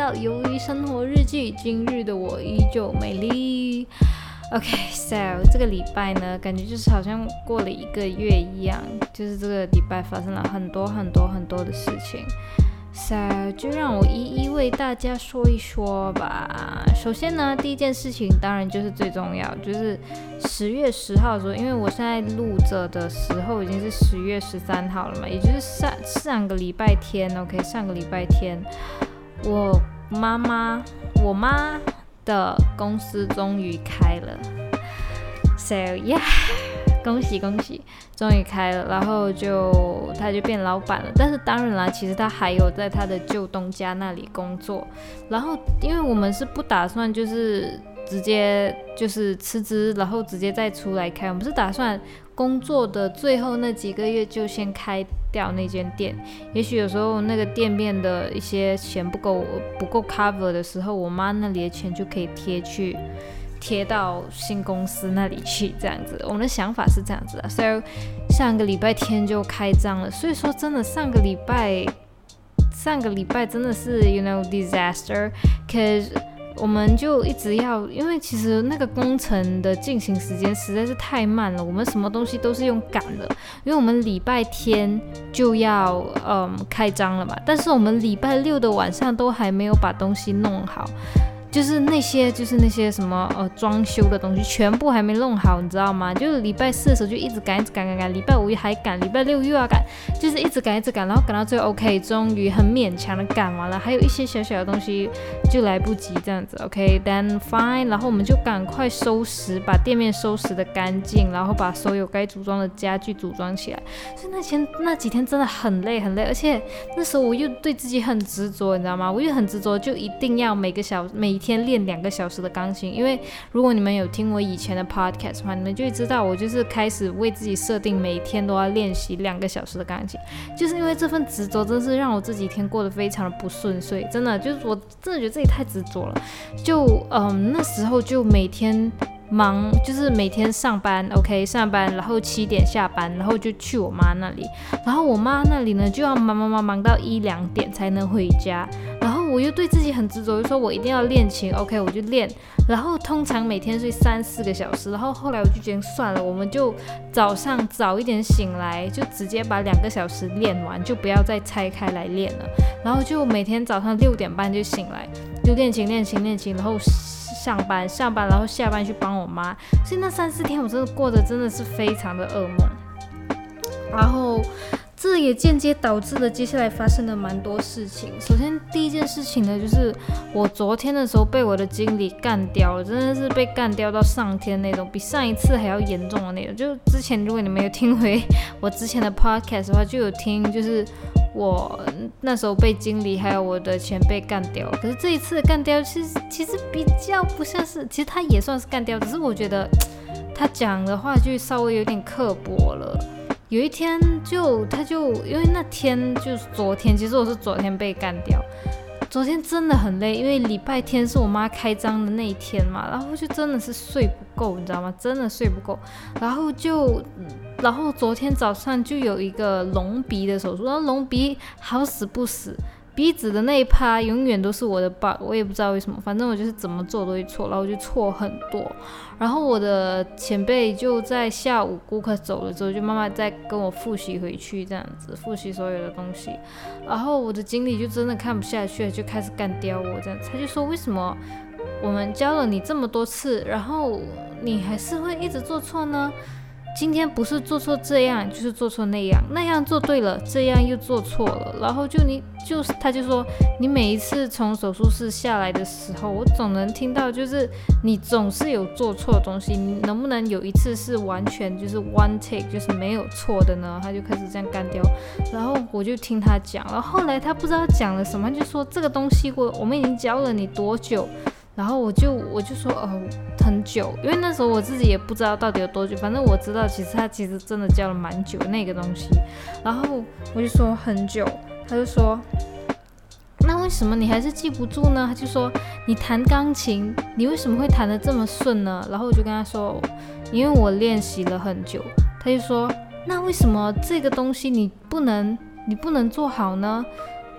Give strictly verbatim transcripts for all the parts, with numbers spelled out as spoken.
到鱿鱼生活日记，今日的我依旧美丽。OK， so 这个礼拜呢，感觉就是好像过了一个月一样，就是这个礼拜发生了很多很多很多的事情。So 就让我一一为大家说一说吧。首先呢，第一件事情当然就是最重要，就是十月十号的时候，因为我现在录着的时候已经是十月十三号了嘛，也就是上上个礼拜天 ，OK， 上个礼拜天，我妈妈我妈的公司终于开了 ，So yeah。恭喜恭喜，终于开了，然后就他就变老板了。但是当然啦，其实他还有在他的旧东家那里工作。然后因为我们是不打算就是直接就是辞职，然后直接再出来开，我们是打算工作的最后那几个月就先开掉那间店。也许有时候那个店面的一些钱不够不够 cover 的时候，我妈那里的钱就可以贴去。贴到新公司那里去，这样子，我们的想法是这样子的，所以上个礼拜天就开张了。所以说，真的上个礼拜，上个礼拜真的是 you know disaster，cause 我们就一直要，因为其实那个工程的进行时间实在是太慢了，我们什么东西都是用赶的，因为我们礼拜天就要嗯开张了嘛，但是我们礼拜六的晚上都还没有把东西弄好。就是那些，就是那些什么呃装修的东西，全部还没弄好，你知道吗？就是礼拜四的时候就一直赶，一直赶赶赶，礼拜五还赶，礼拜六又要赶，就是一直赶一直赶，然后赶到最后 ，OK， 终于很勉强的赶完了，还有一些小小的东西就来不及这样子 ，OK，then fine， 然后我们就赶快收拾，把店面收拾的干净，然后把所有该组装的家具组装起来。所以那天那几天真的很累很累，而且那时候我又对自己很执着，你知道吗？我又很执着，就一定要每个小每一天练两个小时的钢琴，因为如果你们有听我以前的 podcast 的话，你们就会知道我就是开始为自己设定每天都要练习两个小时的钢琴，就是因为这份执着真是让我这几天过得非常的不顺遂，真的就是我真的觉得自己太执着了，就嗯那时候就每天忙，就是每天上班 ，OK， 上班，然后七点下班，然后就去我妈那里，然后我妈那里呢就要忙忙忙忙到一两点才能回家，然后我又对自己很执着，就说我一定要练琴 ，OK， 我就练，然后通常每天睡三四个小时，然后后来我就决定算了，我们就早上早一点醒来，就直接把两个小时练完，就不要再拆开来练了，然后就每天早上六点半就醒来，就练琴练琴练琴，然后。上班上班，然后下班去帮我妈，所以那三四天我真的过得真的是非常的噩梦，然后这也间接导致了接下来发生了蛮多事情。首先第一件事情呢，就是我昨天的时候被我的经理干掉了，真的是被干掉到上天那种，比上一次还要严重的那种。就之前如果你们有听回我之前的 podcast 的话，就有听就是我那时候被经理还有我的前辈干掉，可是这一次的干掉其实其实比较不像是，其实他也算是干掉，只是我觉得他讲的话就稍微有点刻薄了。有一天就他就因为那天就是昨天，其实我是昨天被干掉，昨天真的很累，因为礼拜天是我妈开张的那一天嘛，然后就真的是睡不够，你知道吗？真的睡不够，然后就。然后昨天早上就有一个隆鼻的手术，然后隆鼻好死不死，鼻子的那一趴永远都是我的 bug， 我也不知道为什么，反正我就是怎么做都会错，然后我就错很多。然后我的前辈就在下午顾客走了之后，就慢慢再跟我复习回去，这样子复习所有的东西。然后我的经理就真的看不下去了，就开始干掉我这样子，他就说为什么我们教了你这么多次，然后你还是会一直做错呢？今天不是做错这样，就是做错那样，那样做对了，这样又做错了，然后就你就他就说，你每一次从手术室下来的时候，我总能听到就是你总是有做错的东西，你能不能有一次是完全就是 one take 就是没有错的呢？他就开始这样干掉，然后我就听他讲，然后后来他不知道讲了什么，他就说这个东西我我们已经教了你多久？然后我就我就说哦很久，因为那时候我自己也不知道到底有多久，反正我知道其实他其实真的教了蛮久那个东西，然后我就说很久，他就说那为什么你还是记不住呢？他就说你弹钢琴你为什么会弹得这么顺呢？然后我就跟他说因为我练习了很久。他就说那为什么这个东西你不能你不能做好呢？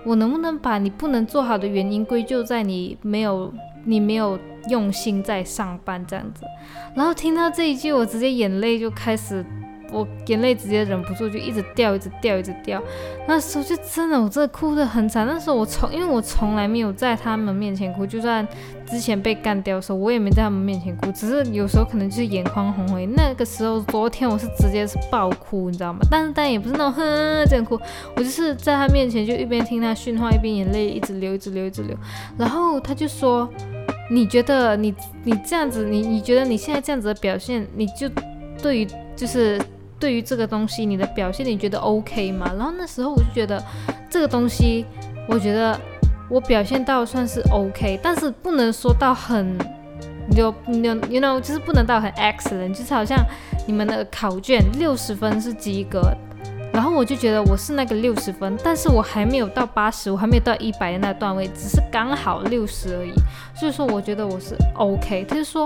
我能不能把你不能做好的原因归咎在你没有你没有用心在上班这样子。然后听到这一句，我直接眼泪就开始，我眼泪直接忍不住就一直掉一直掉一直掉。那时候就真的我真的哭得很惨。那时候我从因为我从来没有在他们面前哭，就算之前被干掉的时候我也没在他们面前哭，只是有时候可能就是眼眶红回。那个时候昨天我是直接是爆哭你知道吗？但是当然也不是那种哼这样哭，我就是在他面前就一边听他训话一边眼泪一直流一直流一直流。然后他就说，你觉得你你这样子你你觉得你现在这样子的表现，你就对于就是对于这个东西你的表现你觉得 OK 吗？然后那时候我就觉得这个东西我觉得我表现到算是 OK， 但是不能说到很有 you know 就是不能到很 excellent， 就是好像你们的考卷六十分是及格，然后我就觉得我是那个六十分，但是我还没有到八十，我还没有到一百的那段位，只是刚好六十而已，所以说我觉得我是 OK。 他就说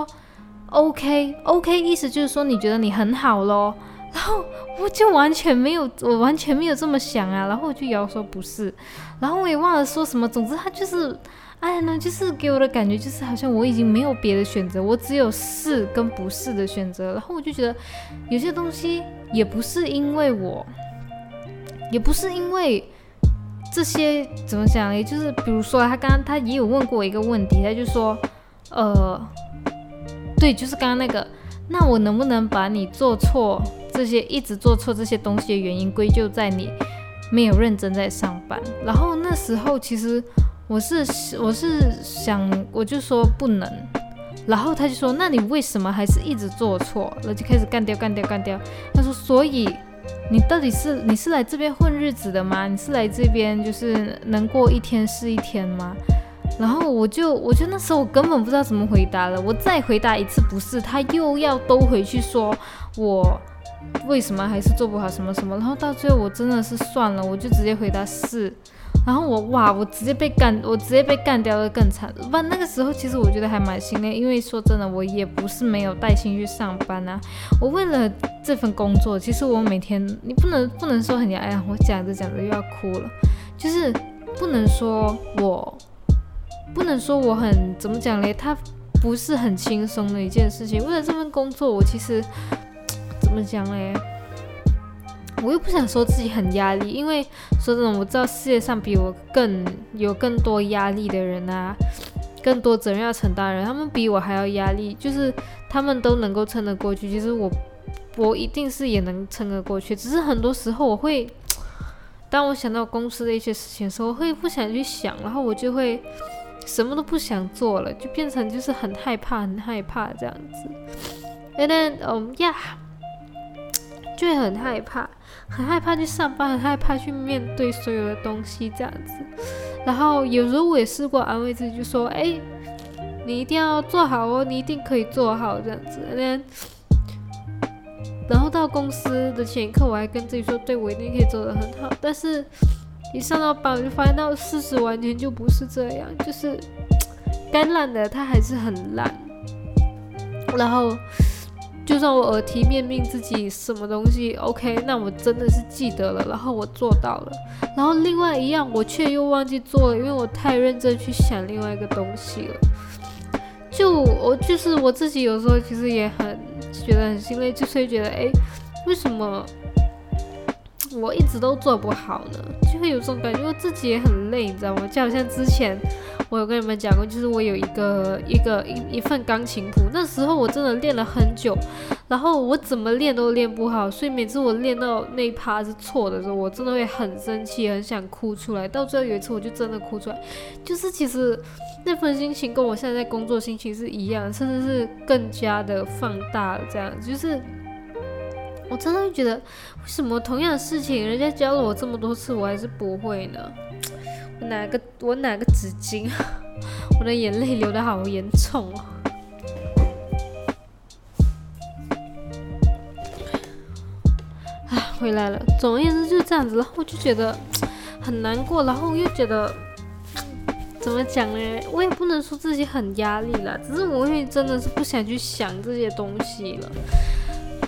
OK OK 意思就是说你觉得你很好咯。然后我就完全没有我完全没有这么想啊，然后我就摇说不是，然后我也忘了说什么，总之他就是哎呢，就是给我的感觉就是好像我已经没有别的选择，我只有是跟不是的选择。然后我就觉得有些东西也不是因为我也不是因为这些怎么讲，也就是比如说他刚刚他也有问过我一个问题，他就说呃对，就是刚刚那个，那我能不能把你做错这些一直做错这些东西的原因归咎在你没有认真在上班？然后那时候其实我是我是想我就说不能，然后他就说那你为什么还是一直做错？然后就开始干掉干掉干掉。他说所以你到底是你是来这边混日子的吗？你是来这边就是能过一天是一天吗？然后我就我就那时候我根本不知道怎么回答了，我再回答一次不是，他又要兜回去说我为什么还是做不好什么什么，然后到最后我真的是算了，我就直接回答是，然后我哇我直接被干我直接被干掉的更惨。不然那个时候其实我觉得还蛮心累，因为说真的我也不是没有带薪去上班啊，我为了这份工作其实我每天你不能不能说很哎呀我讲着讲着又要哭了，就是不能说我不能说我很怎么讲嘞，它不是很轻松的一件事情。为了这份工作我其实怎么讲嘞，我又不想说自己很压力，因为说真的我知道世界上比我更有更多压力的人啊，更多责任要承担的人，他们比我还要压力，就是他们都能够撑得过去，其实我我一定是也能撑得过去，只是很多时候我会当我想到公司的一些事情的时候，我会不想去想，然后我就会什么都不想做了，就变成就是很害怕很害怕这样子。And then um yeah 就会很害怕很害怕去上班，很害怕去面对所有的东西这样子。然后有时候我也试过安慰自己，就说哎，你一定要做好哦，你一定可以做好这样子。And then然后到公司的前一刻我还跟自己说对，我一定可以做得很好，但是一上到班我就发现到事实完全就不是这样，就是该烂的它还是很烂。然后就算我耳提面命自己什么东西 OK， 那我真的是记得了，然后我做到了，然后另外一样我却又忘记做了，因为我太认真去想另外一个东西了。就我就是我自己有时候其实也很觉得很心累，就是会觉得哎，为什么我一直都做不好呢？就会有种感觉，我自己也很累，你知道吗？就好像之前我有跟你们讲过，就是我有一个一个 一, 一份钢琴谱，那时候我真的练了很久，然后我怎么练都练不好，所以每次我练到那一趴是错的时候，我真的会很生气，很想哭出来。到最后有一次我就真的哭出来，就是其实那份心情跟我现在在工作心情是一样，甚至是更加的放大了这样子。就是我真的会觉得，为什么同样的事情人家教了我这么多次我还是不会呢？我哪个我哪个纸巾我的眼泪流得好严重哦。啊，回来了。总而言之就是这样子，然后我就觉得很难过，然后又觉得怎么讲呢？我也不能说自己很压力啦，只是我会真的是不想去想这些东西了。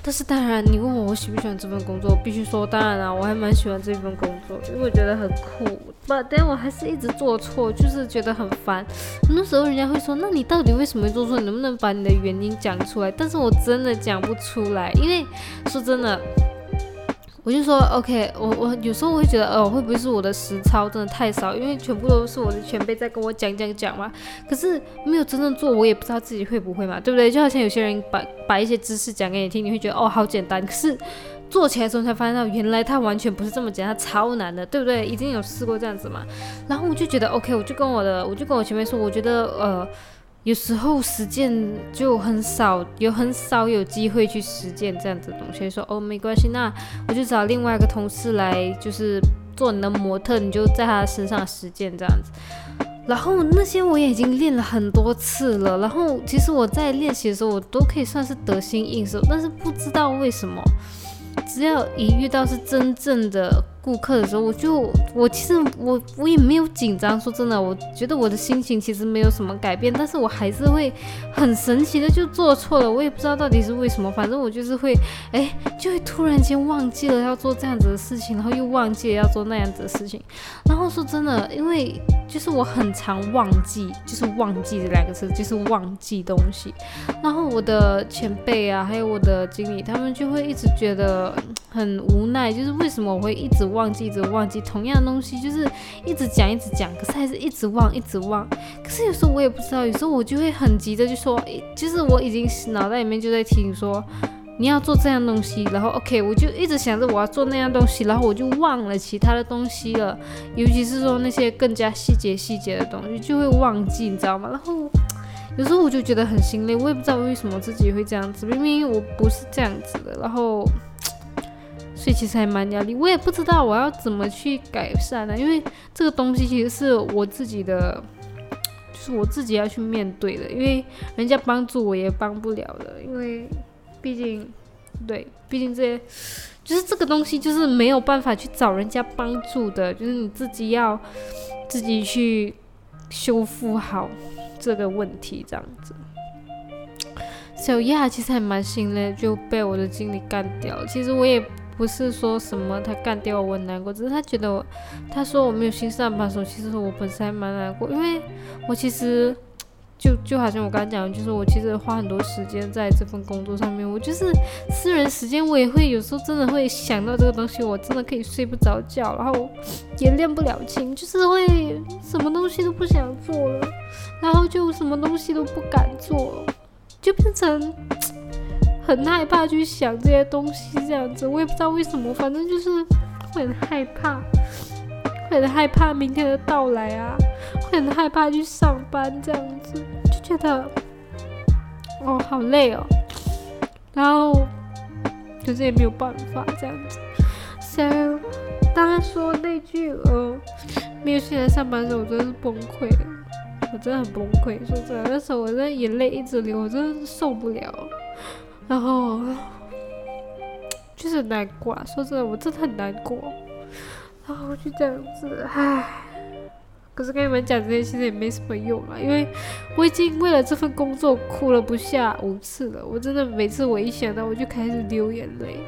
但是当然，你问我我喜不喜欢这份工作，必须说当然啊，我还蛮喜欢这份工作，因为我觉得很酷。But 但我还是一直做错，就是觉得很烦。很多时候人家会说，那你到底为什么会做错？你能不能把你的原因讲出来？但是我真的讲不出来，因为说真的。我就说 OK， 我我有时候我会觉得，哦，会不会是我的实操真的太少？因为全部都是我的前辈在跟我讲讲讲嘛。可是没有真正做，我也不知道自己会不会嘛，对不对？就好像有些人把把一些知识讲给你听，你会觉得哦好简单，可是做起来的时候才发现到，原来它完全不是这么简单，它超难的，对不对？已经有试过这样子嘛。然后我就觉得 OK， 我就跟我的我就跟我前辈说，我觉得呃。有时候实践就很少，有很少有机会去实践这样子的东西。说哦，没关系，那我就找另外一个同事来，就是做你的模特，你就在他身上实践这样子。然后那些我也已经练了很多次了，然后其实我在练习的时候，我都可以算是得心应手，但是不知道为什么，只要一遇到是真正的顾客的时候，我就我其实我我也没有紧张，说真的，我觉得我的心情其实没有什么改变，但是我还是会很神奇的就做错了，我也不知道到底是为什么，反正我就是会哎，就会突然间忘记了要做这样子的事情，然后又忘记了要做那样子的事情，然后说真的，因为就是我很常忘记，就是忘记这两个字，就是忘记东西，然后我的前辈啊，还有我的经理，他们就会一直觉得很无奈，就是为什么我会一直忘记一直忘记同样的东西，就是一直讲一直讲，可是还是一直忘一直忘。可是有时候我也不知道，有时候我就会很急的就说，就是我已经脑袋里面就在提醒说你要做这样东西，然后 OK 我就一直想着我要做那样东西，然后我就忘了其他的东西了，尤其是说那些更加细节细节的东西就会忘记，你知道吗？然后有时候我就觉得很心累，我也不知道为什么自己会这样子，明明我不是这样子的，然后所以其实还蛮压力，我也不知道我要怎么去改善呢、啊？因为这个东西其实是我自己的，就是我自己要去面对的，因为人家帮助我也帮不了的，因为毕竟，对，毕竟这些就是这个东西就是没有办法去找人家帮助的，就是你自己要自己去修复好这个问题，这样子。So yeah， 其实还蛮心累，就被我的经理干掉。其实我也不是说什么他干掉我很难过，只是他觉得我，他说我没有心上班的时候，其实我本身还蛮难过，因为我其实就就好像我刚刚讲的，就是我其实花很多时间在这份工作上面，我就是私人时间我也会有时候真的会想到这个东西，我真的可以睡不着觉，然后也练不了琴，就是会什么东西都不想做了，然后就什么东西都不敢做，就变成很害怕去想这些东西这样子，我也不知道为什么，反正就是会很害怕，会很害怕明天的到来啊，会很害怕去上班这样子，就觉得哦好累哦，然后可是也没有办法这样子。So 当他说那句呃没有现在上班的时候，我真的是崩溃了，我真的很崩溃。说真的，那时候我真的眼泪一直流，我真的是受不了，然后就是很难过啊。说真的，我真的很难过。然后就这样子，唉。可是跟你们讲这些其实也没什么用啦，因为我已经为了这份工作哭了不下五次了。我真的每次我一想到我就开始流眼泪。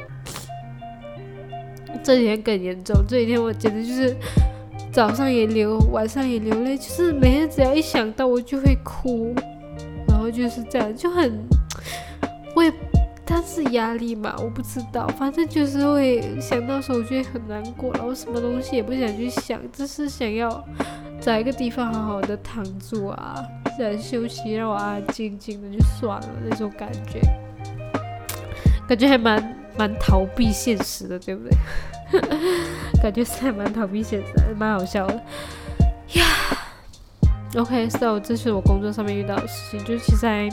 这几天更严重，这几天我简直就是早上也流，晚上也流泪，就是每天只要一想到我就会哭，然后就是这样，就很，我也。但是压力嘛，我不知道，反正就是会想到时候我就会很难过，然后什么东西也不想去想，只是想要找一个地方好好的躺住啊，想休息，让我安安静静的就算了那种感觉，感觉还蛮蛮逃避现实的，对不对？感觉是还蛮逃避现实的，蛮好笑的呀。OK，so 这是我工作上面遇到的事情，就是其实还。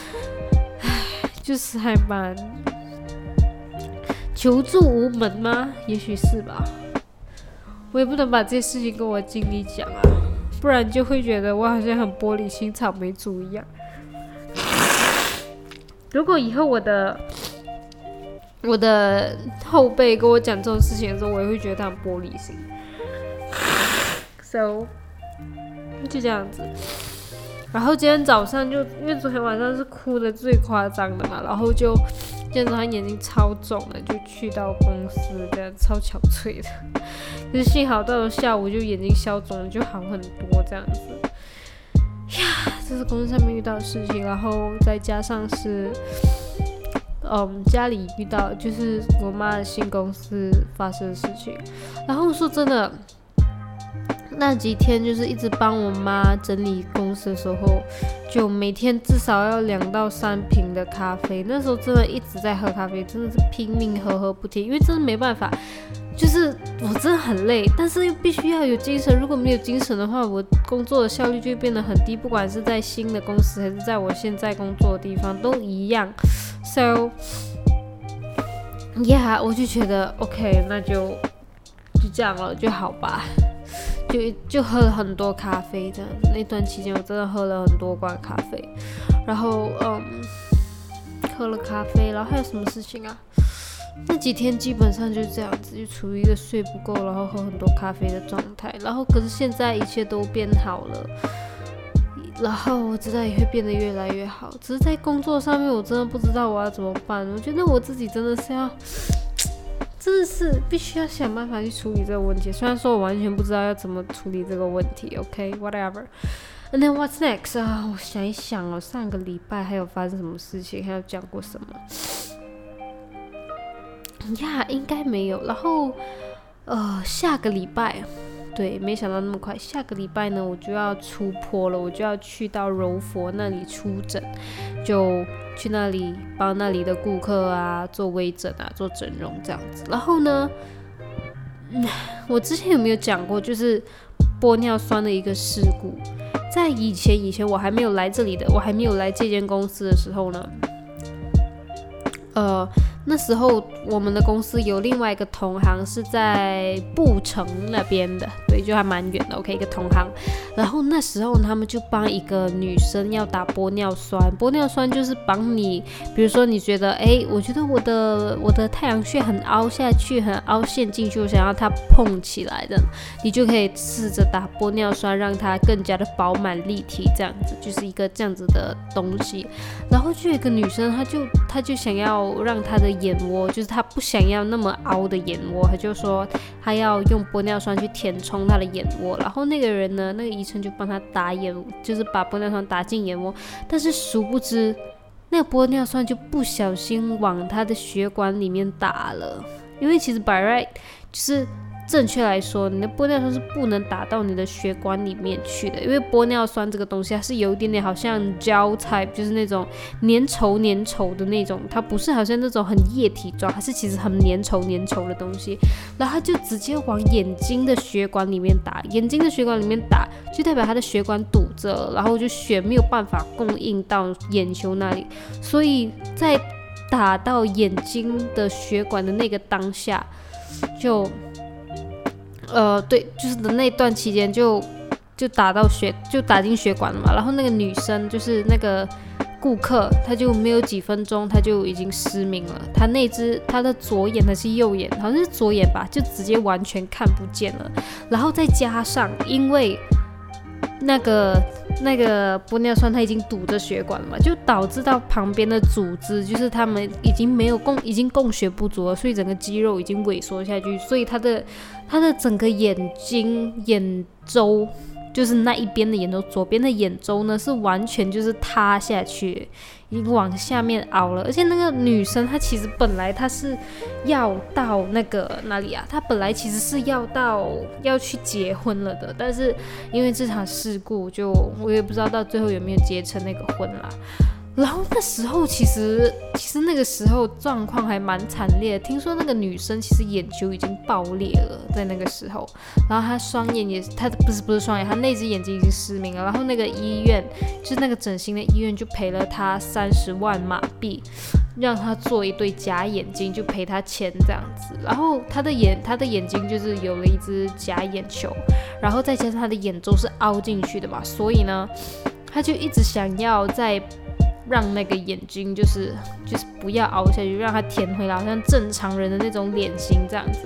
就是还蛮求助无门吗？也许是吧。我也不能把这些事情跟我经理讲啊，不然就会觉得我好像很玻璃心、草莓族一样。如果以后我的我的后辈跟我讲这种事情的时候，我也会觉得他很玻璃心。So 就这样子。 然后今天早上就因为昨天晚上是哭的最夸张的嘛，然后就今天早上眼睛超肿的，就去到公司这样超憔悴的。可是幸好到了下午就眼睛消肿了，就好很多这样子。呀，这是公司上面遇到的事情，然后再加上是。嗯，家里遇到就是我妈的新公司发生的事情，然后说真的，那几天就是一直帮我妈整理公司的时候，就每天至少要两到三瓶的咖啡。那时候真的一直在喝咖啡，真的是拼命喝喝不停，因为真的没办法，就是我真的很累，但是又必须要有精神。如果没有精神的话，我工作的效率就会变得很低，不管是在新的公司还是在我现在工作的地方都一样。So yeah， 我就觉得 OK， 那就就这样了，就好吧。就就喝了很多咖啡的那段期间，我真的喝了很多罐咖啡。然后嗯，喝了咖啡，然后还有什么事情啊？那几天基本上就是这样子，就处于一个睡不够，然后喝很多咖啡的状态。然后可是现在一切都变好了。然后我知道也会变得越来越好，只是在工作上面我真的不知道我要怎么办。我觉得我自己真的是要，真的是必须要想办法去处理这个问题。虽然说我完全不知道要怎么处理这个问题 ，OK whatever。And then what's next 啊？我想一想哦，上个礼拜还有发生什么事情，还有讲过什么？呀，应该没有。然后呃，下个礼拜。对，没想到那么快。下个礼拜呢，我就要出坡了，我就要去到柔佛那里出诊，就去那里帮那里的顾客啊做微整啊，做整容这样子。然后呢，嗯，我之前有没有讲过，就是玻尿酸的一个事故？在以前以前我还没有来这里的，我还没有来这间公司的时候呢，呃。那时候我们的公司有另外一个同行是在布城那边的，对，就还蛮远的 OK 一个同行。然后那时候他们就帮一个女生要打玻尿酸，玻尿酸就是帮你，比如说你觉得哎，我觉得我的我的太阳穴很凹下去，很凹陷进去，我想要它碰起来的，你就可以试着打玻尿酸，让它更加的饱满立体，这样子就是一个这样子的东西。然后就有一个女生，她就她就想要让她的眼窝，就是她不想要那么凹的眼窝，她就说她要用玻尿酸去填充她的眼窝。然后那个人呢，那个医生就帮她打眼，就是把玻尿酸打进眼窝，但是殊不知那个玻尿酸就不小心往她的血管里面打了。因为其实 by right 就是正确来说，你的玻尿酸是不能打到你的血管里面去的，因为玻尿酸这个东西它是有一点点好像胶 type， 就是那种粘稠粘稠的那种，它不是好像那种很液体状，它是其实很粘稠粘稠的东西。然后它就直接往眼睛的血管里面打，眼睛的血管里面打，就代表它的血管堵着，然后就血没有办法供应到眼球那里，所以在打到眼睛的血管的那个当下，就。呃，对，就是的那段期间就就打到血，就打进血管了嘛。然后那个女生就是那个顾客，她就没有几分钟，她就已经失明了。她那只她的左眼还是右眼，好像是左眼吧，就直接完全看不见了。然后再加上因为那个那个玻尿酸它已经堵着血管了嘛，就导致到旁边的组织，就是他们已经没有供，已经供血不足了，所以整个肌肉已经萎缩下去，所以他的他的整个眼睛眼周，就是那一边的眼周，左边的眼周呢是完全就是塌下去，已经往下面凹了。而且那个女生她其实本来她是要到那个哪里啊？她本来其实是要到要去结婚了的，但是因为这场事故就，就我也不知道到最后有没有结成那个婚啦。然后那时候其实其实那个时候状况还蛮惨烈的，听说那个女生其实眼球已经爆裂了，在那个时候，然后她双眼也她不是不是双眼，她那只眼睛已经失明了，然后那个医院就是那个整形的医院就赔了她三十万马币，让她做一对假眼睛，就赔她钱这样子。然后她的眼她的眼睛就是有了一只假眼球，然后再加上她的眼周是凹进去的嘛，所以呢她就一直想要在让那个眼睛就是就是不要凹下去，让它填回来，好像正常人的那种脸型这样子。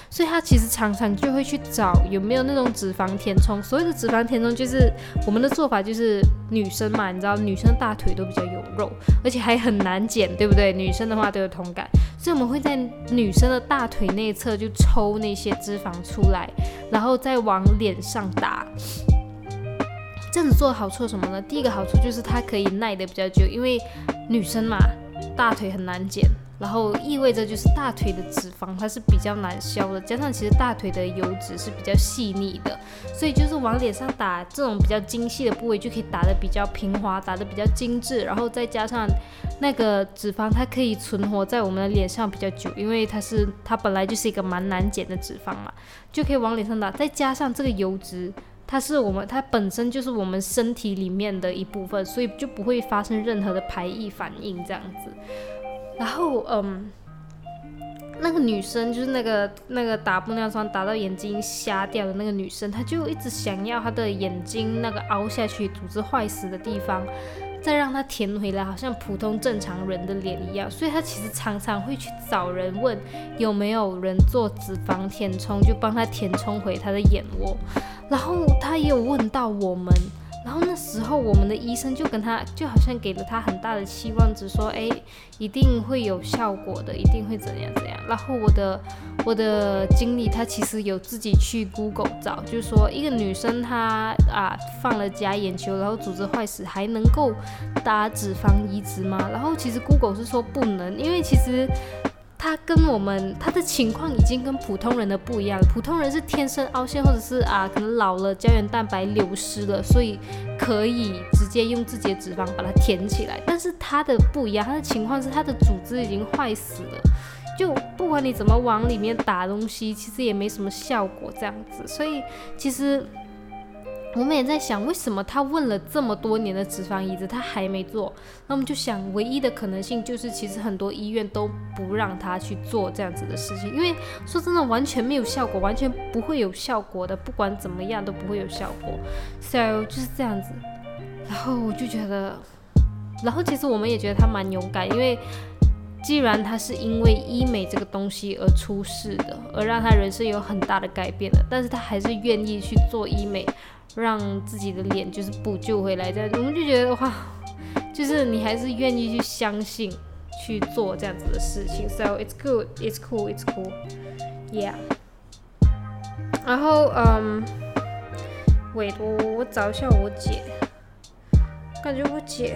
所以他其实常常就会去找有没有那种脂肪填充。所谓的脂肪填充就是我们的做法就是女生嘛，你知道女生大腿都比较有肉，而且还很难减，对不对？女生的话都有同感，所以我们会在女生的大腿内侧就抽那些脂肪出来，然后再往脸上打。这样子做的好处是什么呢？第一个好处就是它可以耐得比较久，因为女生嘛，大腿很难减，然后意味着就是大腿的脂肪它是比较难消的，加上其实大腿的油脂是比较细腻的，所以就是往脸上打这种比较精细的部位就可以打得比较平滑，打得比较精致，然后再加上那个脂肪它可以存活在我们的脸上比较久，因为它是它本来就是一个蛮难减的脂肪嘛，就可以往脸上打，再加上这个油脂它是我们，它本身就是我们身体里面的一部分，所以就不会发生任何的排异反应这样子。然后，嗯，那个女生就是那个那个打玻尿酸打到眼睛瞎掉的那个女生，她就一直想要她的眼睛那个凹下去、组织坏死的地方，再让它填回来，好像普通正常人的脸一样。所以她其实常常会去找人问有没有人做脂肪填充，就帮她填充回她的眼窝。然后她也有问到我们，然后那时候我们的医生就跟她，就好像给了她很大的期望值，说哎，一定会有效果的，一定会怎样怎样。然后我的我的经理他其实有自己去 Google 找，就是说一个女生她啊放了假眼球，然后组织坏死，还能够打脂肪移植吗？然后其实 Google 是说不能，因为其实他跟我们他的情况已经跟普通人的不一样了。普通人是天生凹陷，或者是啊可能老了胶原蛋白流失了，所以可以直接用自己的脂肪把它填起来。但是他的不一样，他的情况是他的组织已经坏死了，就不管你怎么往里面打东西，其实也没什么效果这样子。所以其实我们也在想，为什么他问了这么多年的脂肪移植他还没做？那我们就想，唯一的可能性就是其实很多医院都不让他去做这样子的事情，因为说真的完全没有效果，完全不会有效果的，不管怎么样都不会有效果。So 就是这样子。然后我就觉得，然后其实我们也觉得他蛮勇敢，因为既然他是因为医美这个东西而出事的，而让他人生有很大的改变的，但是他还是愿意去做医美，让自己的脸就是补救回来，这样我们就觉得哇，就是你还是愿意去相信去做这样子的事情。 So it's good, it's cool, it's cool, yeah。 然后嗯，喂，我我找一下我姐，感觉我姐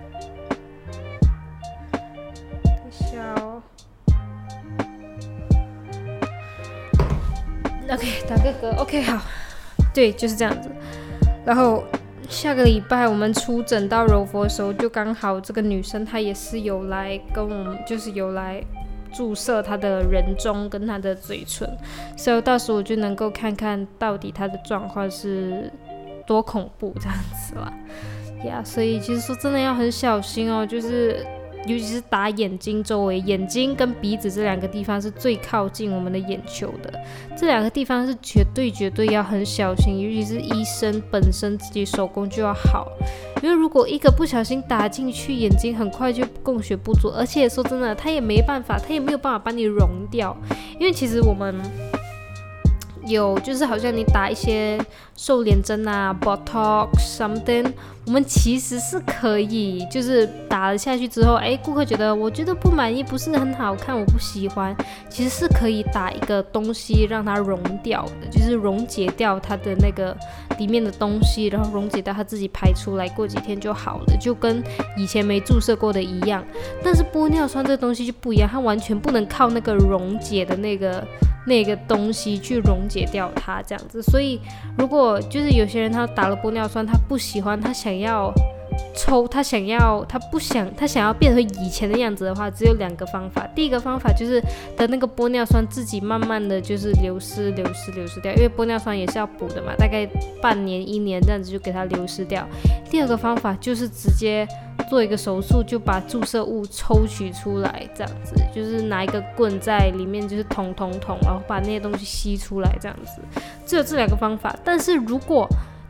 等一下哦。 OK 打个嗝 OK 好，对，就是这样子。然后下个礼拜我们出诊到柔佛的时候，就刚好这个女生她也是有来跟我们，就是有来注射她的人中跟她的嘴唇，所以到时候我就能够看看到底她的状况是多恐怖这样子啦。呀、yeah, 所以其实说真的要很小心哦，就是尤其是打眼睛周围，眼睛跟鼻子这两个地方是最靠近我们的眼球的，这两个地方是绝对绝对要很小心，尤其是医生本身自己手工就要好，因为如果一个不小心打进去，眼睛很快就供血不足，而且说真的，他也没办法，他也没有办法把你溶掉，因为其实我们有就是好像你打一些瘦脸针啊 Botox something， 我们其实是可以就是打了下去之后，哎，顾客觉得我觉得不满意，不是很好看，我不喜欢，其实是可以打一个东西让它溶掉的，就是溶解掉它的那个里面的东西，然后溶解到它自己排出来，过几天就好了，就跟以前没注射过的一样。但是玻尿酸这个东西就不一样，它完全不能靠那个溶解的那个那个东西去溶解掉它这样子。所以如果就是有些人他打了玻尿酸，他不喜欢，他想要抽，他想要他不想他想要变回以前的样子的话，只有两个方法。第一个方法就是等那个玻尿酸自己慢慢的就是流失流失流失掉，因为玻尿酸也是要补的嘛，大概半年一年这样子就给它流失掉。第二个方法就是直接做一个手术，就把注射物抽取出来，这样子就是拿一个棍在里面就是捅捅捅，然后把那些东西吸出来，这样子。只有这两个方法。但是如果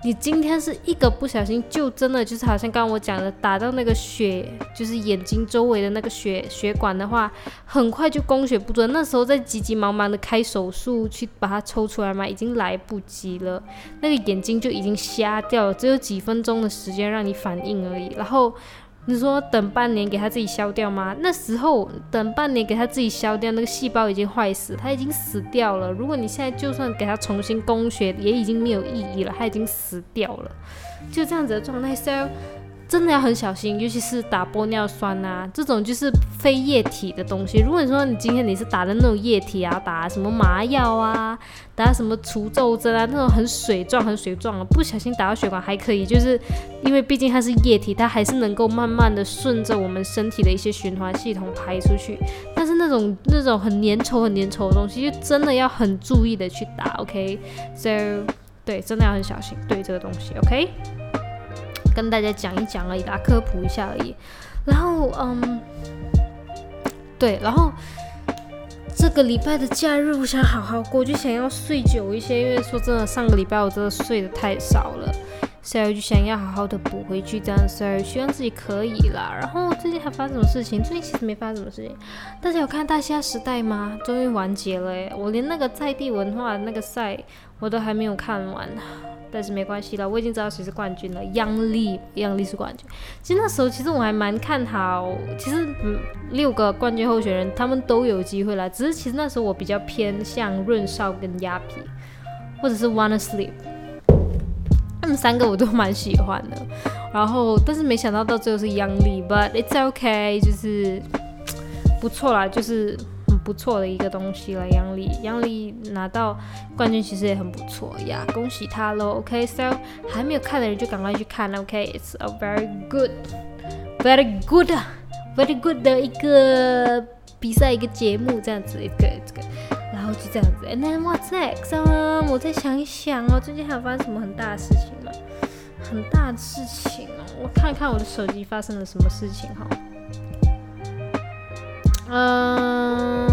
你今天是一个不小心，就真的就是好像刚刚我讲的，打到那个血，就是眼睛周围的那个血血管的话，很快就供血不足。那时候再急急忙忙的开手术去把它抽出来嘛，已经来不及了，那个眼睛就已经瞎掉了，只有几分钟的时间让你反应而已。然后你说等半年给它自己消掉吗？那时候等半年给它自己消掉，那个细胞已经坏死，它已经死掉了。如果你现在就算给它重新供血，也已经没有意义了，它已经死掉了。就这样子的状态下，真的要很小心，尤其是打玻尿酸啊，这种就是非液体的东西。如果你说你今天你是打的那种液体啊，打什么麻药啊，打什么除皱针啊，那种很水状很水状的，不小心打到血管还可以，就是因为毕竟它是液体，它还是能够慢慢的顺着我们身体的一些循环系统排出去。但是那种那种很粘稠很粘稠的东西，就真的要很注意的去打 ，OK？So 对，真的要很小心对这个东西 ，OK？跟大家讲一讲而已啦，科普一下而已。然后，嗯，对，然后这个礼拜的假日我想好好过，就想要睡久一些，因为说真的，上个礼拜我真的睡得太少了，所以我就想要好好的补回去，这样，所以希望自己可以啦。然后最近还发生什么事情？最近其实没发生什么事情。大家有看《大虾时代》吗？终于完结了耶！我连那个在地文化的那个赛我都还没有看完。但是没关系了，我已经知道谁是冠军了，央丽，央丽是冠军。其实那时候其实我还蛮看好，其实、嗯、六个冠军候选人他们都有机会啦，只是其实那时候我比较偏向润少跟鸭皮，或者是 Wanna Sleep， 他们三个我都蛮喜欢的。然后但是没想到到最后是央丽 ，But it's okay， 就是不错啦，就是很不错的一个东西了。央丽，央丽拿到冠军其实也很不错呀，恭喜他喽。OK，so、okay? 还没有看的人就赶快去看。OK，it's、okay? a very good, very good, very good 的一个比赛一个节目这样子，一个这个，然后就这样子。And then what's next？ 嗯，我再想一想哦，最近还有发生什么很大的事情吗？很大的事情哦，我看看我的手机发生了什么事情哈。嗯，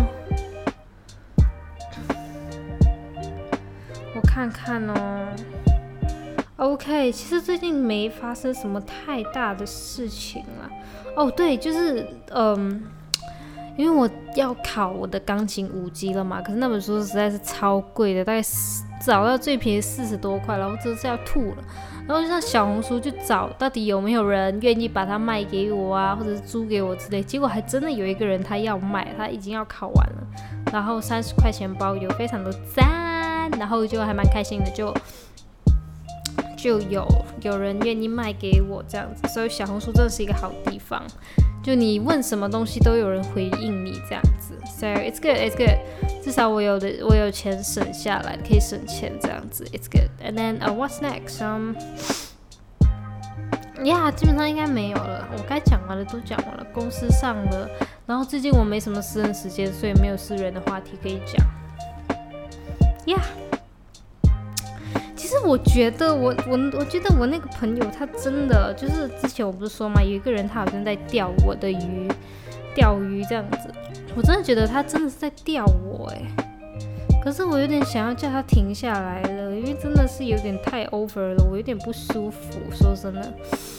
我看看哦。OK， 其实最近没发生什么太大的事情啦。哦，对，就是嗯，因为我要考我的钢琴五级了嘛，可是那本书实在是超贵的，大概找到最便宜四十多块，然后真的是要吐了。然后就上小红书去找到底有没有人愿意把它卖给我啊，或者是租给我之类，结果还真的有一个人他要卖，他已经要考完了，然后三十块钱包邮，非常的赞，然后就还蛮开心的，就就有有人愿意卖给我这样子，所以小红书真的是一个好地方，就你问什么东西都有人回应你这样子 ，so it's good, it's good， 至少我有的我有钱省下来，可以省钱这样子 ，it's good。And then、uh, what's next？ 嗯、um, 呀、yeah, 基本上应该没有了，我该讲完的都讲完了，公司上了，然后最近我没什么私人时间，所以没有私人的话题可以讲。呀、yeah.其实我觉得我我我觉得我那个朋友他真的就是之前我不是说嘛，有一个人他好像在钓我的鱼，钓鱼这样子，我真的觉得他真的是在钓我哎，可是我有点想要叫他停下来了，因为真的是有点太 over 了，我有点不舒服，说真的。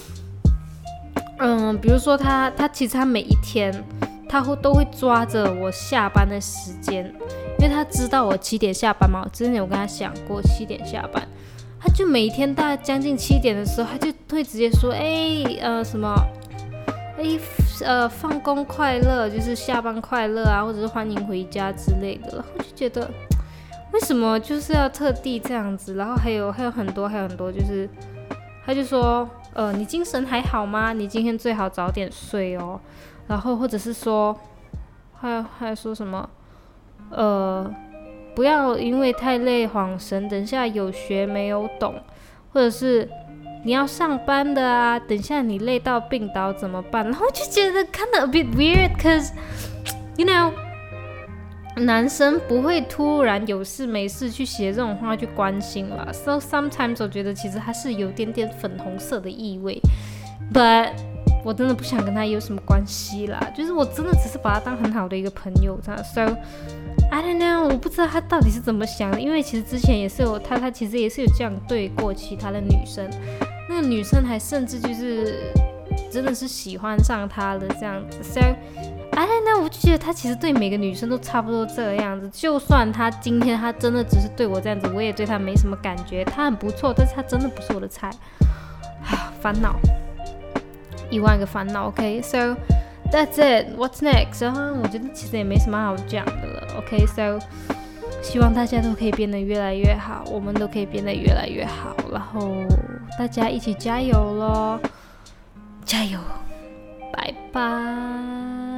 嗯，比如说他他其实他每一天他会都会抓着我下班的时间。因为他知道我七点下班嘛，之前有跟他讲过七点下班，他就每天大概将近七点的时候，他就会直接说，哎、欸，呃，什么，哎、欸，呃，放工快乐，就是下班快乐啊，或者是欢迎回家之类的。然后就觉得，为什么就是要特地这样子？然后还有还有很多还有很多，就是他就说，呃，你精神还好吗？你今天最好早点睡哦。然后或者是说，还有还有说什么？呃，不要因为太累晃神，等下有学没有懂，或者是你要上班的啊，等下你累到病倒怎么办？然后就觉得 kind of a bit weird, cause you know， 男生不会突然有事没事去写这种话去关心啦。So sometimes 我觉得其实它是有点点粉红色的意味 ，but 我真的不想跟他有什么关系啦，就是我真的只是把他当很好的一个朋友这样。So I don't know， 我不知道他到底是怎么想的，因为其实之前也是有他，他其实也是有这样对过其他的女生，那个女生还甚至就是真的是喜欢上他了这样子。So I don't know， 我就觉得他其实对每个女生都差不多这个样子。就算他今天他真的只是对我这样子，我也对他没什么感觉。他很不错，但是他真的不是我的菜。烦恼，一万个烦恼。OK，so、okay? that's it. What's next？ 然后我觉得其实也没什么好讲的了。OK，so、okay? 希望大家都可以变得越来越好，我们都可以变得越来越好，然后大家一起加油咯，加油，拜拜。